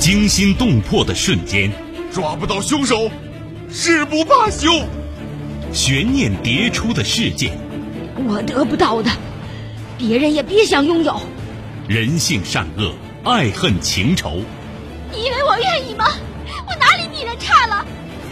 惊心动魄的瞬间， 抓不到凶手，誓不罢休。 悬念迭出的事件， 我得不到的，别人也别想拥有。 人性善恶，爱恨情仇。 你以为我愿意吗？我哪里比人差了？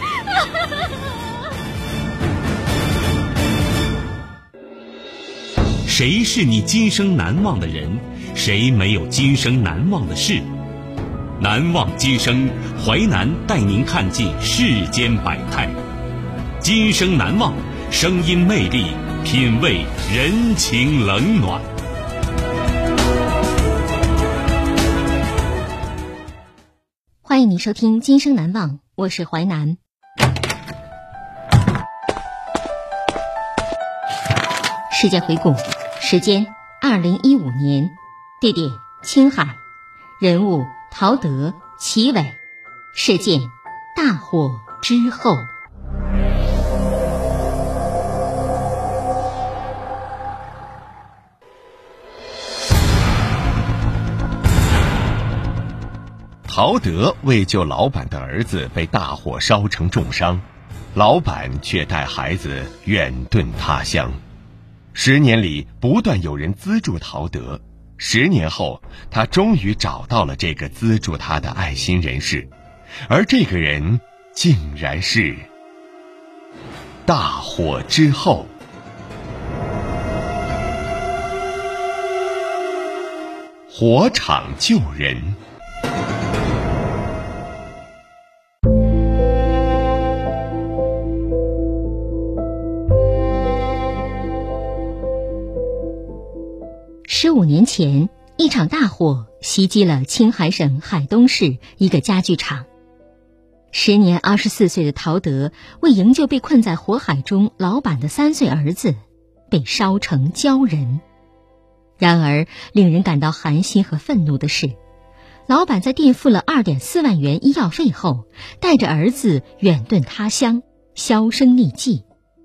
谁是你今生难忘的人？谁没有今生难忘的事？难忘今生，淮南带您看尽世间百态。今生难忘，声音魅力，品味人情冷暖。 欢迎您收听《今生难忘》，我是淮南。事件回顾，时间2015年，地点青海，人物陶德、齐伟，事件大火之后。 陶德为救老板的儿子被大火烧成重伤，老板却带孩子远遁他乡。10年里不断有人资助陶德，10年后他终于找到了这个资助他的爱心人士，而这个人竟然是大火之后。火场救人。 15年前，一场大火袭击了青海省海东市一个家具厂。时年24岁的陶德为营救被困在火海中老板的3岁儿子，被烧成焦人。然而，令人感到寒心和愤怒的是，老板在垫付了2.4万元医药费后，带着儿子远遁他乡，销声匿迹。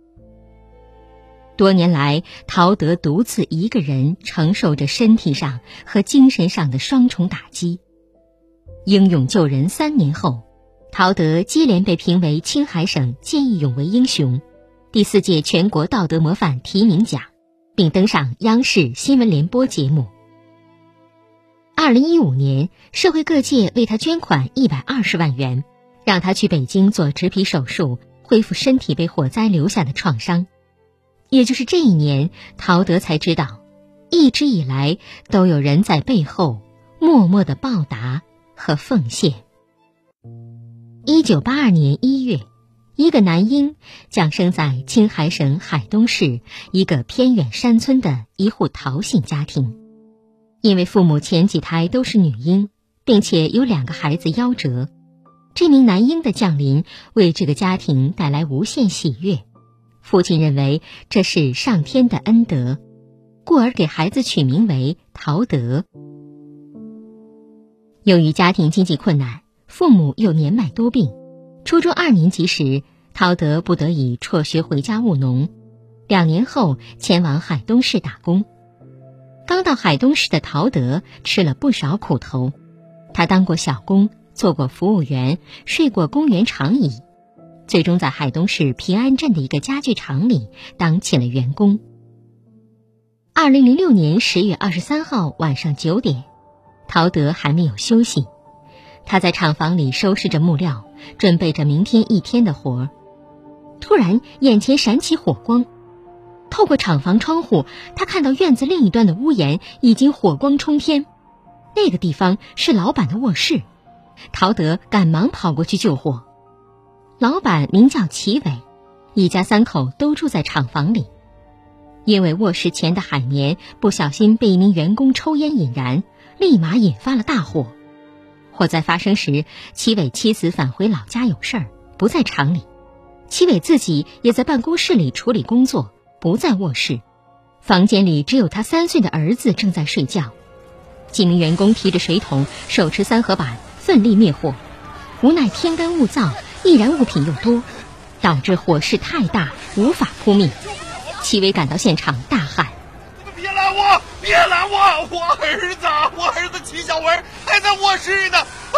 多年来，陶德独自一个人承受着身体上和精神上的双重打击。英勇救人3年后，陶德接连被评为青海省见义勇为英雄、第4届全国道德模范提名奖，并登上央视新闻联播节目。2015年，社会各界为他捐款120万元，让他去北京做植皮手术，恢复身体被火灾留下的创伤。也就是这一年，陶德才知道，一直以来都有人在背后默默的报答和奉献。1982年1月，一个男婴降生在青海省海东市一个偏远山村的一户陶姓家庭。因为父母前几胎都是女婴，并且有2个孩子夭折，这名男婴的降临为这个家庭带来无限喜悦。父亲认为这是上天的恩德，故而给孩子取名为陶德。由于家庭经济困难，父母又年迈多病，初中2年级时，陶德不得已辍学回家务农，2年后前往海东市打工。刚到海东市的陶德吃了不少苦头，他当过小工，做过服务员，睡过公园长椅，最终在海东市平安镇的一个家具厂里当起了员工。2006年10月23号晚上9点，陶德还没有休息，他在厂房里收拾着木料，准备着明天一天的活儿。突然眼前闪起火光，透过厂房窗户，他看到院子另一端的屋檐已经火光冲天，那个地方是老板的卧室。陶德赶忙跑过去救火。老板名叫齐伟，一家3口都住在厂房里。因为卧室前的海绵不小心被一名员工抽烟引燃，立马引发了大火。火灾发生时，齐伟妻子返回老家有事儿，不在厂里。齐伟自己也在办公室里处理工作，不在卧室。房间里只有他3岁的儿子正在睡觉。几名员工提着水桶，手持3合板，奋力灭火。无奈天干物燥，易燃物品又多，导致火势太大，无法扑灭。齐伟赶到现场，大喊：“ 别拦我！别拦我！我儿子齐小文还在卧室呢！哎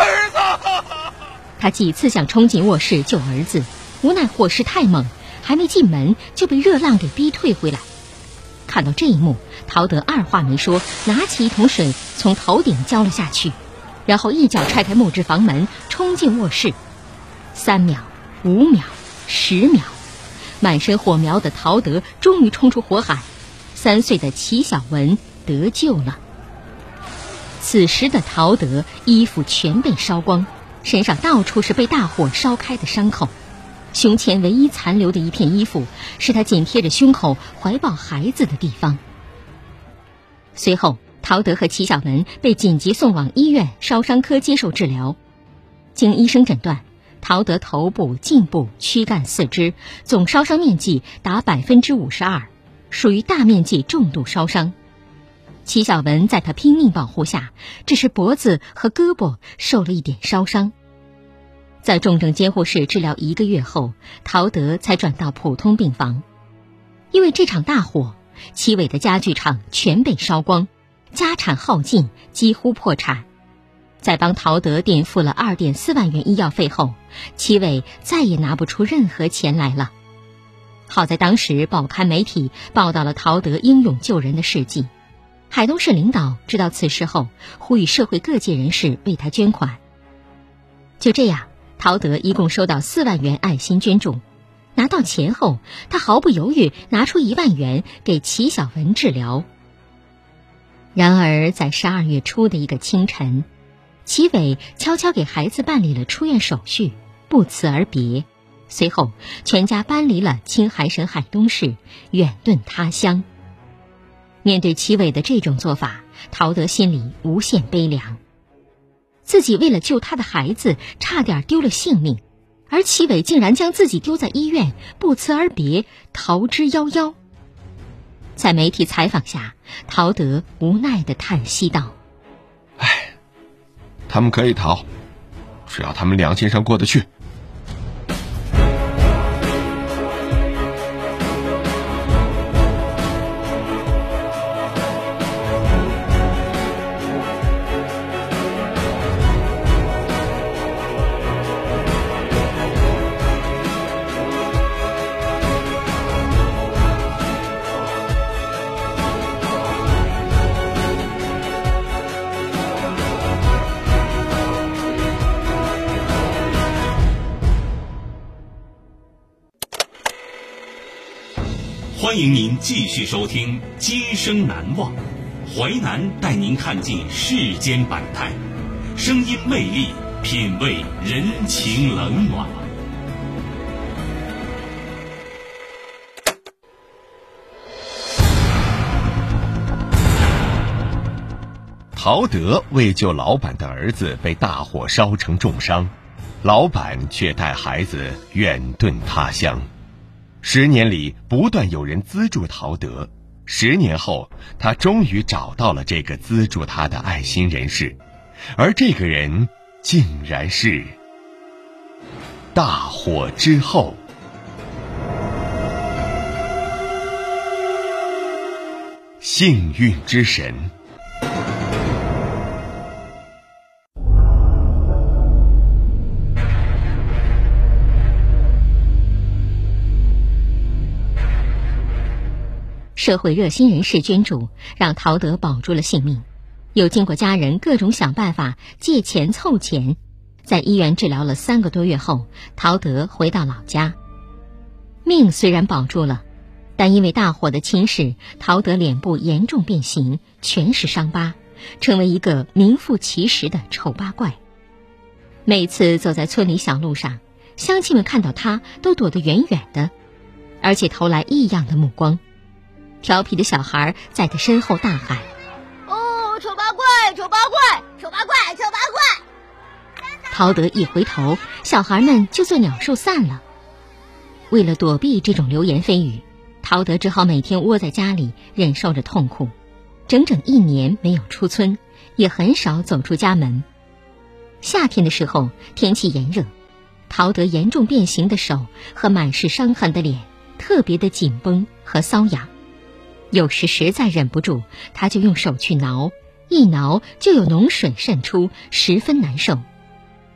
儿子！ 他几次想冲进卧室救儿子，无奈火势太猛，还没进门就被热浪给逼退回来。看到这一幕，陶德二话没说，拿起一桶水从头顶浇了下去，然后一脚踹开木质房门，冲进卧室。3秒、5秒、10秒，满身火苗的陶德终于冲出火海，3岁的齐小文得救了。此时的陶德衣服全被烧光，身上到处是被大火烧开的伤口，胸前唯一残留的一片衣服是他紧贴着胸口怀抱孩子的地方。随后，陶德和齐小文被紧急送往医院烧伤科接受治疗。经医生诊断，陶德头部、颈部、躯干、四肢总烧伤面积达52%，属于大面积重度烧伤。齐小文在他拼命保护下，只是脖子和胳膊受了一点烧伤。在重症监护室治疗1个月后，陶德才转到普通病房。因为这场大火，齐伟的家具厂全被烧光，家产耗尽，几乎破产。在帮陶德垫付了2.4万元医药费后，齐伟再也拿不出任何钱来了。好在当时报刊媒体报道了陶德英勇救人的事迹，海东市领导知道此事后，呼吁社会各界人士为他捐款。就这样，陶德一共收到4万元爱心捐助。拿到钱后，他毫不犹豫拿出1万元给齐小文治疗。然而在12月初的一个清晨，齐伟悄悄给孩子办理了出院手续，不辞而别。随后全家搬离了青海省海东市，远遁他乡。面对齐伟的这种做法，陶德心里无限悲凉。自己为了救他的孩子，差点丢了性命，而齐伟竟然将自己丢在医院，不辞而别，逃之夭夭。在媒体采访下，陶德无奈地叹息道： 唉，他们可以逃，只要他们良心上过得去。 欢迎您继续收听《今生难忘》，淮南带您看尽世间百态，声音魅力，品味人情冷暖。 陶德为救老板的儿子被大火烧成重伤，老板却带孩子远遁他乡。10年里不断有人资助陶德，10年后他终于找到了这个资助他的爱心人士，而这个人竟然是大火之后幸运之神。 社会热心人士捐助，让陶德保住了性命，又经过家人各种想办法借钱凑钱，在医院治疗了3个多月后，陶德回到老家。命虽然保住了，但因为大火的侵蚀，陶德脸部严重变形，全是伤疤，成为一个名副其实的丑八怪。每次走在村里小路上，乡亲们看到他都躲得远远的，而且投来异样的目光。调皮的小孩在他身后大喊： 哦，丑八怪，丑八怪，丑八怪，丑八怪！ 陶德一回头，小孩们就作鸟兽散了。为了躲避这种流言蜚语，陶德只好每天窝在家里忍受着痛苦，整整1年没有出村，也很少走出家门。夏天的时候，天气炎热，陶德严重变形的手和满是伤痕的脸特别的紧绷和瘙痒。有时实在忍不住，他就用手去挠，一挠就有脓水渗出，十分难受。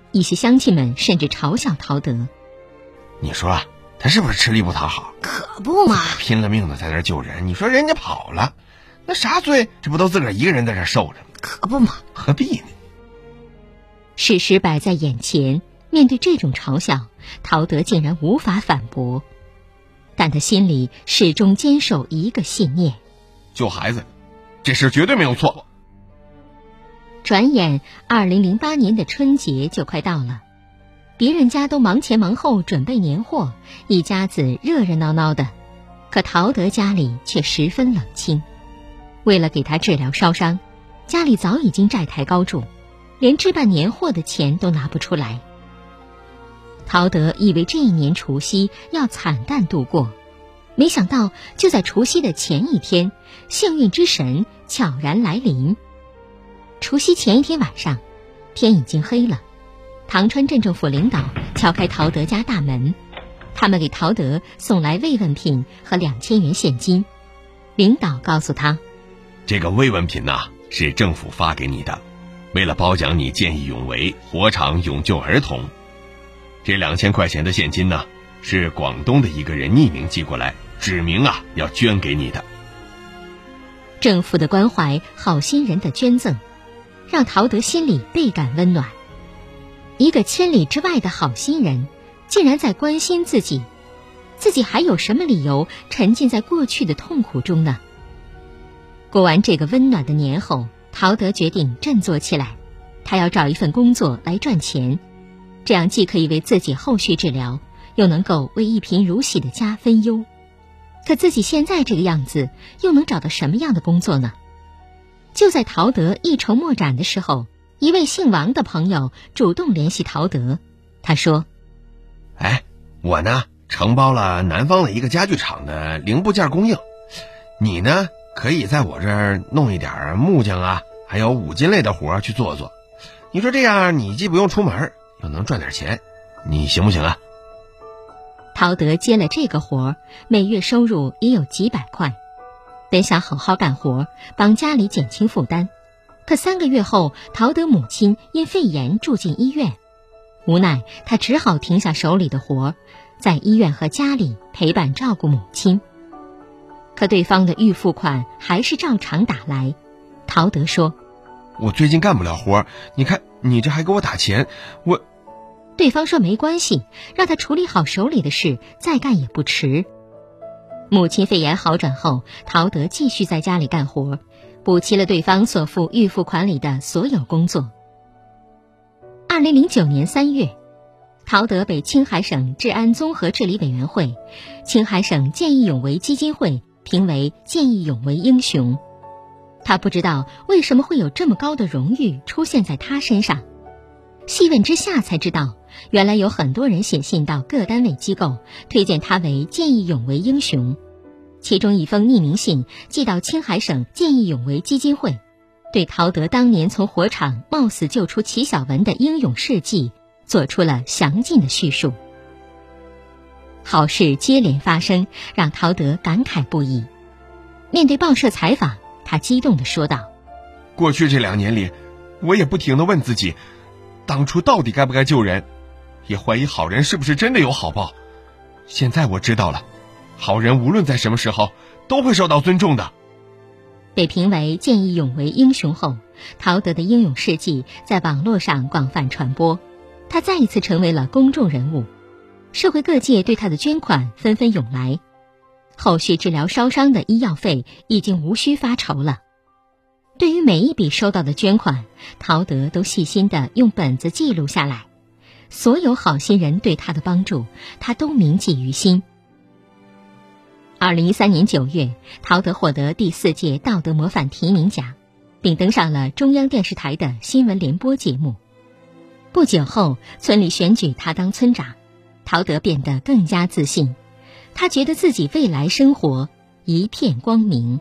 一些乡亲们甚至嘲笑陶德。 你说他是不是吃力不讨好？ 可不嘛， 拼了命的在那儿救人，你说人家跑了，那啥罪？这不都自个儿一个人在这儿受着？ 可不嘛， 何必呢？ 事实摆在眼前，面对这种嘲笑，陶德竟然无法反驳，但他心里始终坚守一个信念： 救孩子，这事绝对没有错。 转眼2008年的春节就快到了，别人家都忙前忙后准备年货，一家子热热闹闹的，可陶德家里却十分冷清。为了给他治疗烧伤，家里早已经债台高筑，连置办年货的钱都拿不出来。陶德以为这一年除夕要惨淡度过，没想到就在除夕的前一天，幸运之神悄然来临。除夕前一天晚上，天已经黑了，唐川镇政府领导敲开陶德家大门，他们给陶德送来慰问品和2000元现金。领导告诉他， 这个慰问品是政府发给你的，为了褒奖你见义勇为，火场勇救儿童。这2000块钱的现金是广东的一个人匿名寄过来，指明要捐给你的。 政府的关怀，好心人的捐赠，让陶德心里倍感温暖。一个千里之外的好心人，竟然在关心自己，自己还有什么理由沉浸在过去的痛苦中呢？过完这个温暖的年后，陶德决定振作起来，他要找一份工作来赚钱，这样既可以为自己后续治疗，又能够为一贫如洗的家分忧。可自己现在这个样子，又能找到什么样的工作呢？就在陶德一筹莫展的时候，一位姓王的朋友主动联系陶德。他说， 我承包了南方的一个家具厂的零部件供应，你可以在我这儿弄一点木匠还有五金类的活去做做。你说这样你既不用出门，又能赚点钱，你行不行啊？ 陶德接了这个活，每月收入也有几百块，本想好好干活，帮家里减轻负担。可3个月后，陶德母亲因肺炎住进医院，无奈他只好停下手里的活，在医院和家里陪伴照顾母亲。可对方的预付款还是照常打来。陶德说， 我最近干不了活，你看你这还给我打钱， 对方说没关系，让他处理好手里的事，再干也不迟。母亲肺炎好转后，陶德继续在家里干活，补齐了对方所付预付款里的所有工作。2009年3月，陶德被青海省治安综合治理委员会、青海省见义勇为基金会评为见义勇为英雄。他不知道为什么会有这么高的荣誉出现在他身上，细问之下才知道，原来有很多人写信到各单位机构，推荐他为见义勇为英雄。其中一封匿名信寄到青海省见义勇为基金会，对陶德当年从火场冒死救出齐小文的英勇事迹做出了详尽的叙述。好事接连发生，让陶德感慨不已。面对报社采访，他激动地说道， 过去这2年里，我也不停地问自己，当初到底该不该救人，也怀疑好人是不是真的有好报。现在我知道了，好人无论在什么时候都会受到尊重的。 被评为见义勇为英雄后，陶德的英勇事迹在网络上广泛传播，他再一次成为了公众人物，社会各界对他的捐款纷纷涌来，后续治疗烧伤的医药费已经无需发愁了。对于每一笔收到的捐款，陶德都细心地用本子记录下来，所有好心人对他的帮助，他都铭记于心。2013年9月，陶德获得第4届道德模范提名奖，并登上了中央电视台的新闻联播节目。不久后，村里选举他当村长，陶德变得更加自信，他觉得自己未来生活一片光明。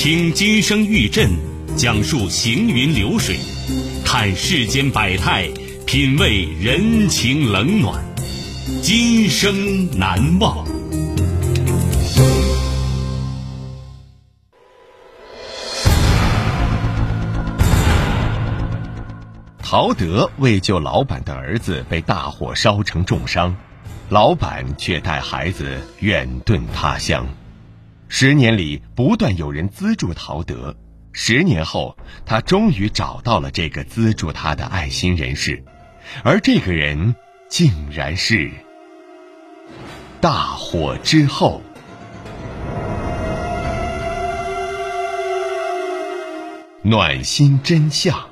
听今生玉振，讲述行云流水，看世间百态，品味人情冷暖，今生难忘。 陶德为救老板的儿子被大火烧成重伤，老板却带孩子远遁他乡。10年里不断有人资助陶德，10年后他终于找到了这个资助他的爱心人士，而这个人竟然是大火之后。暖心真相。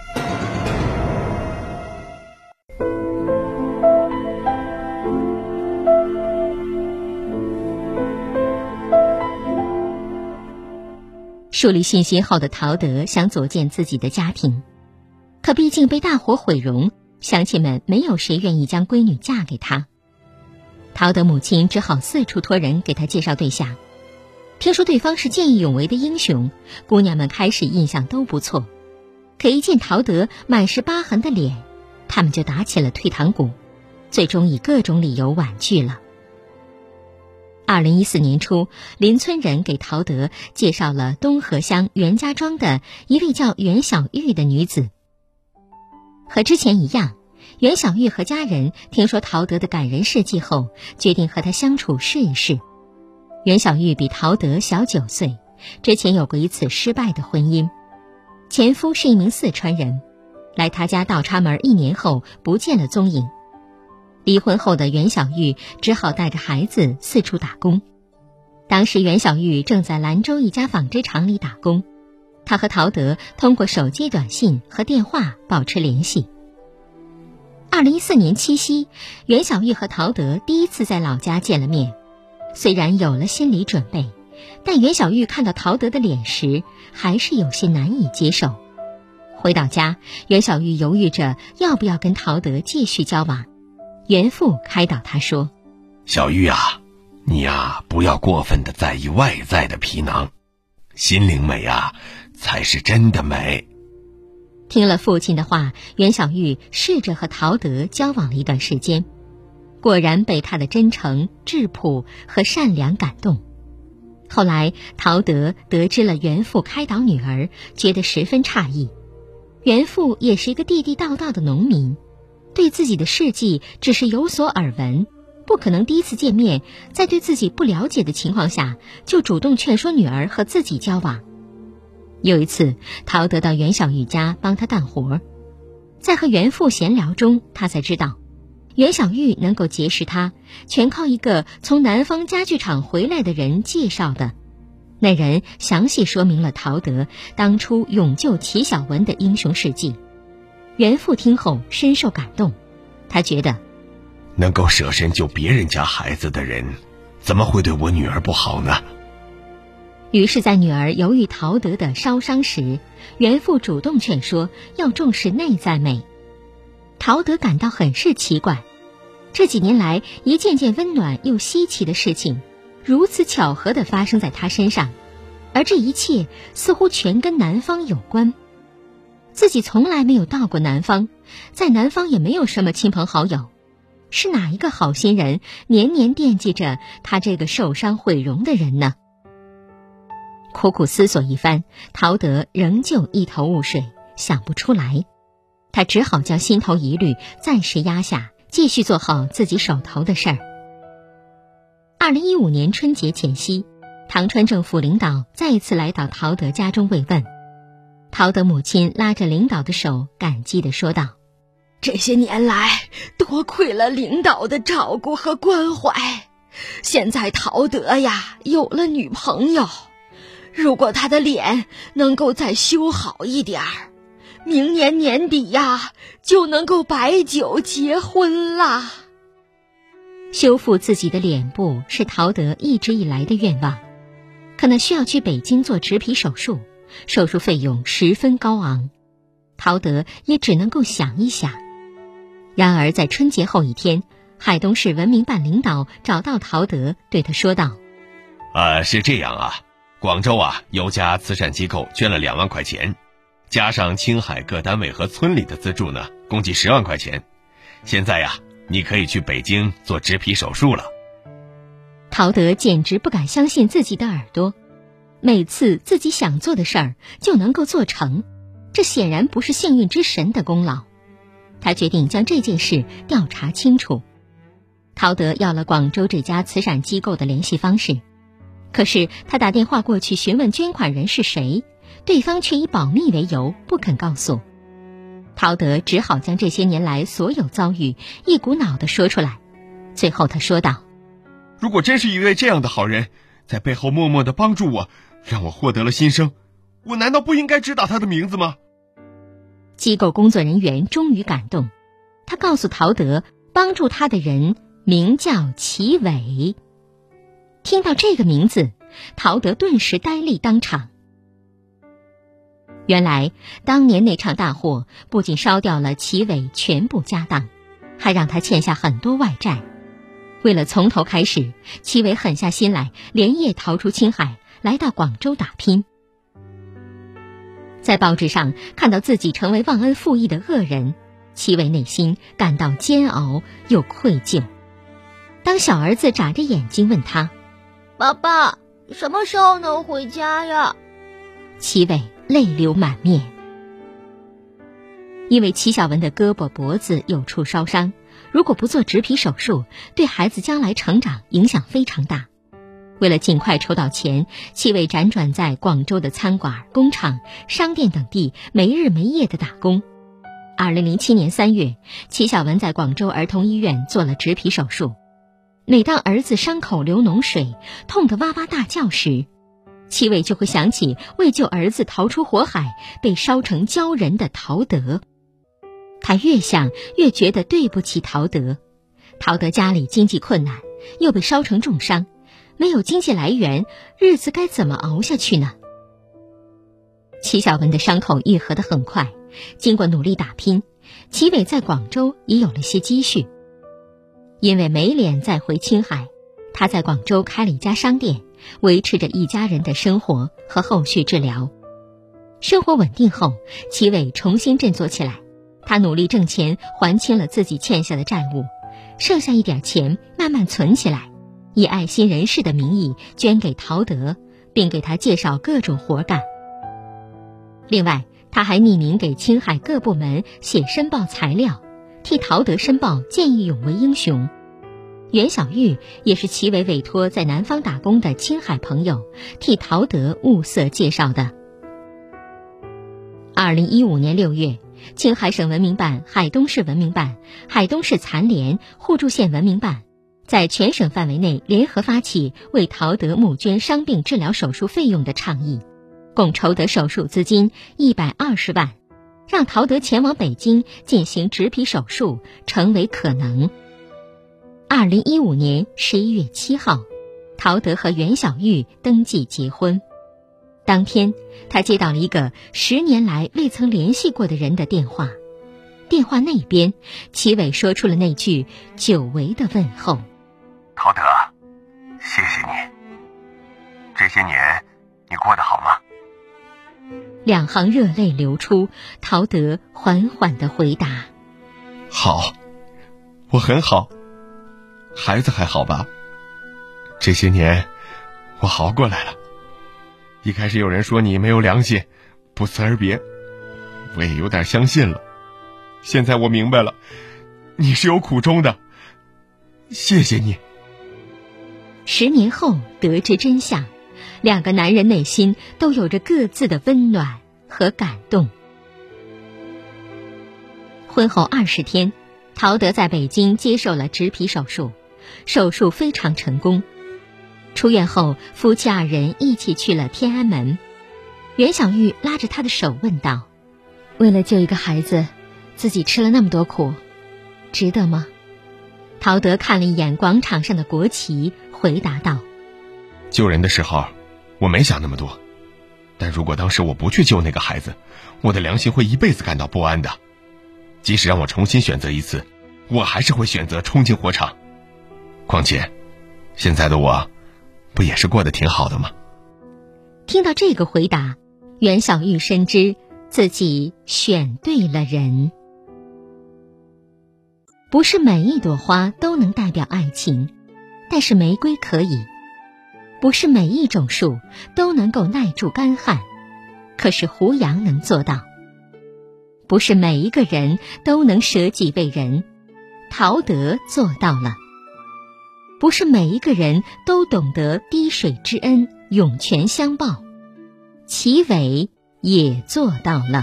树立信心后的陶德想组建自己的家庭，可毕竟被大火毁容，乡亲们没有谁愿意将闺女嫁给他。陶德母亲只好四处托人给他介绍对象，听说对方是见义勇为的英雄，姑娘们开始印象都不错。可一见陶德满是疤痕的脸，他们就打起了退堂鼓，最终以各种理由婉拒了。2014年初，邻村人给陶德介绍了东河乡袁家庄的一位叫袁小玉的女子。和之前一样，袁小玉和家人听说陶德的感人事迹后，决定和他相处试一试。袁小玉比陶德小9岁，之前有过一次失败的婚姻，前夫是一名四川人，来他家倒插门1年后不见了踪影。离婚后的袁小玉只好带着孩子四处打工。当时袁小玉正在兰州一家纺织厂里打工，她和陶德通过手机短信和电话保持联系。2014年7夕，袁小玉和陶德第一次在老家见了面。虽然有了心理准备，但袁小玉看到陶德的脸时还是有些难以接受。回到家，袁小玉犹豫着要不要跟陶德继续交往。袁父开导他说： 小玉啊，你啊不要过分的在意外在的皮囊，心灵美啊才是真的美。 听了父亲的话，袁小玉试着和陶德交往了一段时间，果然被他的真诚、质朴和善良感动。后来陶德得知了袁父开导女儿，觉得十分诧异。袁父也是一个地地道道的农民，对自己的事迹只是有所耳闻，不可能第一次见面，在对自己不了解的情况下就主动劝说女儿和自己交往。有一次，陶德到袁小玉家帮他干活，在和袁父闲聊中，他才知道袁小玉能够结识他，全靠一个从南方家具厂回来的人介绍的。那人详细说明了陶德当初勇救齐小文的英雄事迹。袁父听后深受感动，他觉得能够舍身救别人家孩子的人，怎么会对我女儿不好呢？ 于是在女儿犹豫陶德的烧伤时，袁父主动劝说要重视内在美。陶德感到很是奇怪，这几年来一件件温暖又稀奇的事情如此巧合地发生在他身上，而这一切似乎全跟南方有关。自己从来没有到过南方，在南方也没有什么亲朋好友，是哪一个好心人年年惦记着他这个受伤毁容的人呢？苦苦思索一番，陶德仍旧一头雾水，想不出来。他只好将心头疑虑暂时压下，继续做好自己手头的事儿。2015年春节前夕，唐川政府领导再一次来到陶德家中慰问。陶德母亲拉着领导的手，感激地说道： 这些年来多亏了领导的照顾和关怀，现在陶德呀有了女朋友，如果他的脸能够再修好一点儿，明年年底呀就能够摆酒结婚啦。 修复自己的脸部是陶德一直以来的愿望，可能需要去北京做植皮手术，手术费用十分高昂，陶德也只能够想一想。然而在春节后一天，海东市文明办领导找到陶德，对他说道： 是这样啊， 广州有家慈善机构捐了2万块钱，加上青海各单位和村里的资助呢，共计10万块钱。现在你可以去北京做植皮手术了。 陶德简直不敢相信自己的耳朵，每次自己想做的事儿就能够做成，这显然不是幸运之神的功劳。他决定将这件事调查清楚。陶德要了广州这家慈善机构的联系方式，可是他打电话过去询问捐款人是谁，对方却以保密为由不肯告诉。陶德只好将这些年来所有遭遇一股脑地说出来。最后他说道： 如果真是一位这样的好人，在背后默默地帮助我，让我获得了新生，我难道不应该知道他的名字吗？ 机构工作人员终于感动，他告诉陶德，帮助他的人名叫齐伟。听到这个名字，陶德顿时呆立当场。原来当年那场大火不仅烧掉了齐伟全部家当，还让他欠下很多外债。为了从头开始，齐伟狠下心来，连夜逃出青海，来到广州打拼。在报纸上看到自己成为忘恩负义的恶人，齐伟内心感到煎熬又愧疚。当小儿子眨着眼睛问他： 爸爸，什么时候能回家呀？ 齐伟泪流满面。因为齐小文的胳膊脖子有处烧伤，如果不做植皮手术，对孩子将来成长影响非常大。为了尽快筹到钱，齐伟辗转在广州的餐馆、工厂、商店等地没日没夜地打工。2007年3月，齐小文在广州儿童医院做了植皮手术。每当儿子伤口流脓水，痛得哇哇大叫时，齐伟就会想起为救儿子逃出火海被烧成焦人的陶德。他越想越觉得对不起陶德。陶德家里经济困难，又被烧成重伤，没有经济来源，日子该怎么熬下去呢？齐小文的伤口愈合得很快，经过努力打拼，齐伟在广州也有了些积蓄。因为没脸再回青海，他在广州开了一家商店，维持着一家人的生活和后续治疗。生活稳定后，齐伟重新振作起来，他努力挣钱，还清了自己欠下的债务，剩下一点钱慢慢存起来，以爱心人士的名义捐给陶德，并给他介绍各种活干。另外，他还匿名给青海各部门写申报材料，替陶德申报见义勇为英雄。袁小玉也是齐伟委托在南方打工的青海朋友，替陶德物色介绍的。2015年6月，青海省文明办、海东市文明办、海东市残联、互助县文明办在全省范围内联合发起为陶德募捐伤病治疗手术费用的倡议，共筹得手术资金120万，让陶德前往北京进行植皮手术成为可能。2015年11月7号，陶德和袁小玉登记结婚。当天，他接到了一个10年来未曾联系过的人的电话。电话那边，齐伟说出了那句久违的问候： 陶德，谢谢你，这些年你过得好吗 ？2行热泪流出，陶德缓缓地回答： 好，我很好。孩子还好吧？这些年我熬过来了。一开始有人说你没有良心，不辞而别，我也有点相信了。现在我明白了，你是有苦衷的，谢谢你。 10年后得知真相，2个男人内心都有着各自的温暖和感动。婚后20天，陶德在北京接受了植皮手术，手术非常成功。出院后，夫妻2人一起去了天安门。袁小玉拉着他的手问道：为了救一个孩子，自己吃了那么多苦，值得吗？陶德看了一眼广场上的国旗，回答道： 救人的时候我没想那么多，但如果当时我不去救那个孩子，我的良心会一辈子感到不安的。即使让我重新选择一次，我还是会选择冲进火场。况且现在的我不也是过得挺好的吗？ 听到这个回答，袁小玉深知自己选对了人。不是每一朵花都能代表爱情，但是玫瑰可以；不是每一种树都能够耐住干旱，可是胡杨能做到；不是每一个人都能舍己为人，陶德做到了；不是每一个人都懂得滴水之恩，涌泉相报，齐伟也做到了。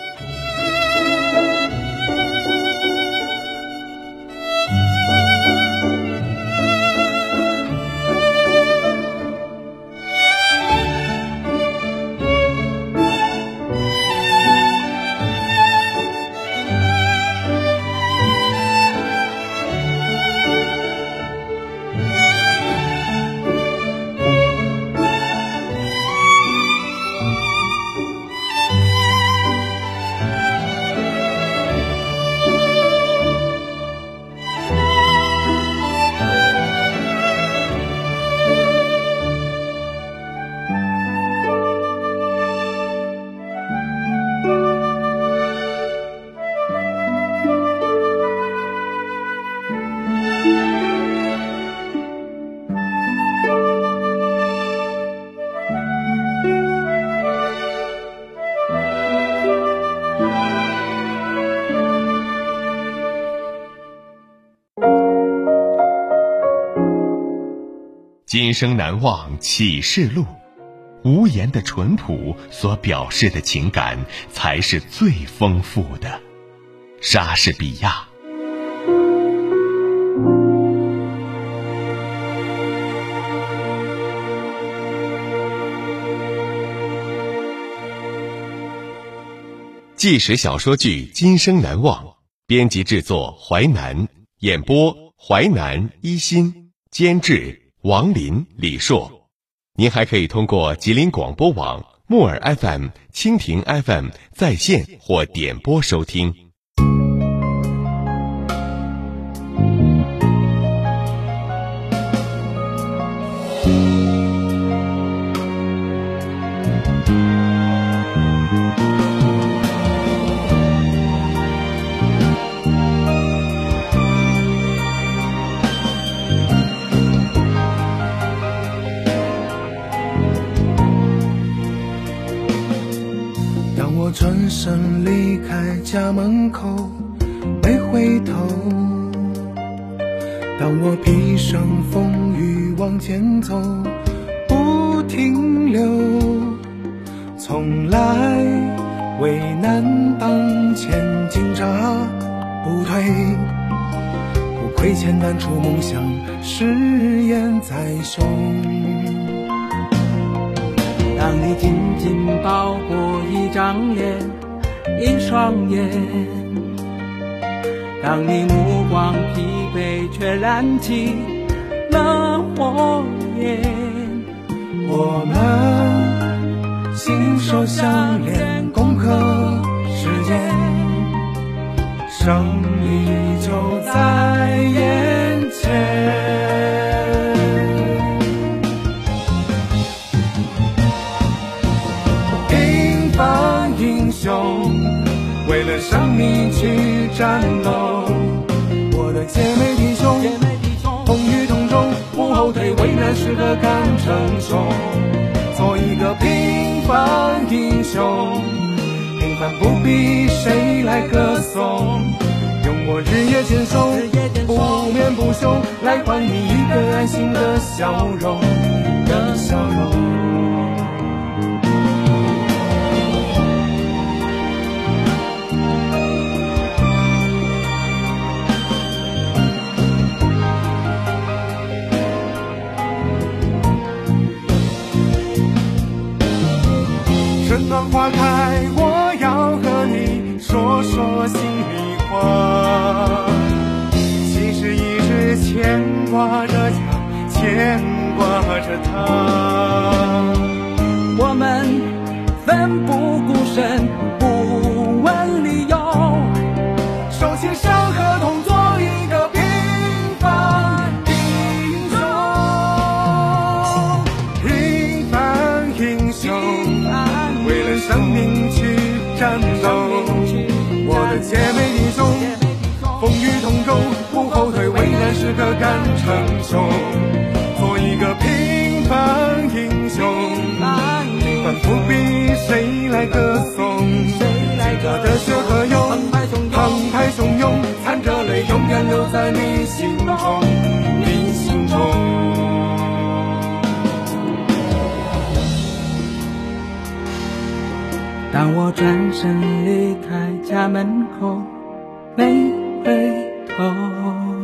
今生难忘启示录，无言的淳朴所表示的情感才是最丰富的。莎士比亚。纪实小说剧《今生难忘》，编辑制作淮南，演播淮南一心，监制王林、李硕。您还可以通过吉林广播网、木耳 FM、蜻蜓 FM 在线或点播收听。 转身离开家门口，没回头。当我披上风雨往前走，不停留，从来为难当前挣扎不退，不亏欠当初梦想誓言在胸。当你紧紧抱过一张脸，一双眼，当你目光疲惫却燃起了火焰，我们心手相连，攻克世界，胜利就在眼前。为了生命去战斗，我的姐妹弟兄，风雨同舟，不后退，危难时刻敢称雄，做一个平凡英雄，平凡不必谁来歌颂，用我日夜坚守，不眠不休，来换你一个安心的笑容。春暖花开，我要和你说说心里话。其实一直牵挂着家，牵挂着他。我们奋不顾身，不问理由，手牵手合同，做一个平凡英雄。平凡英雄。 雄，做一个平凡英雄。平凡不必谁来歌颂，尽他的血和勇，澎湃汹涌，含着泪永远留在你心中，你心中。 当我转身离开家门口，没回头。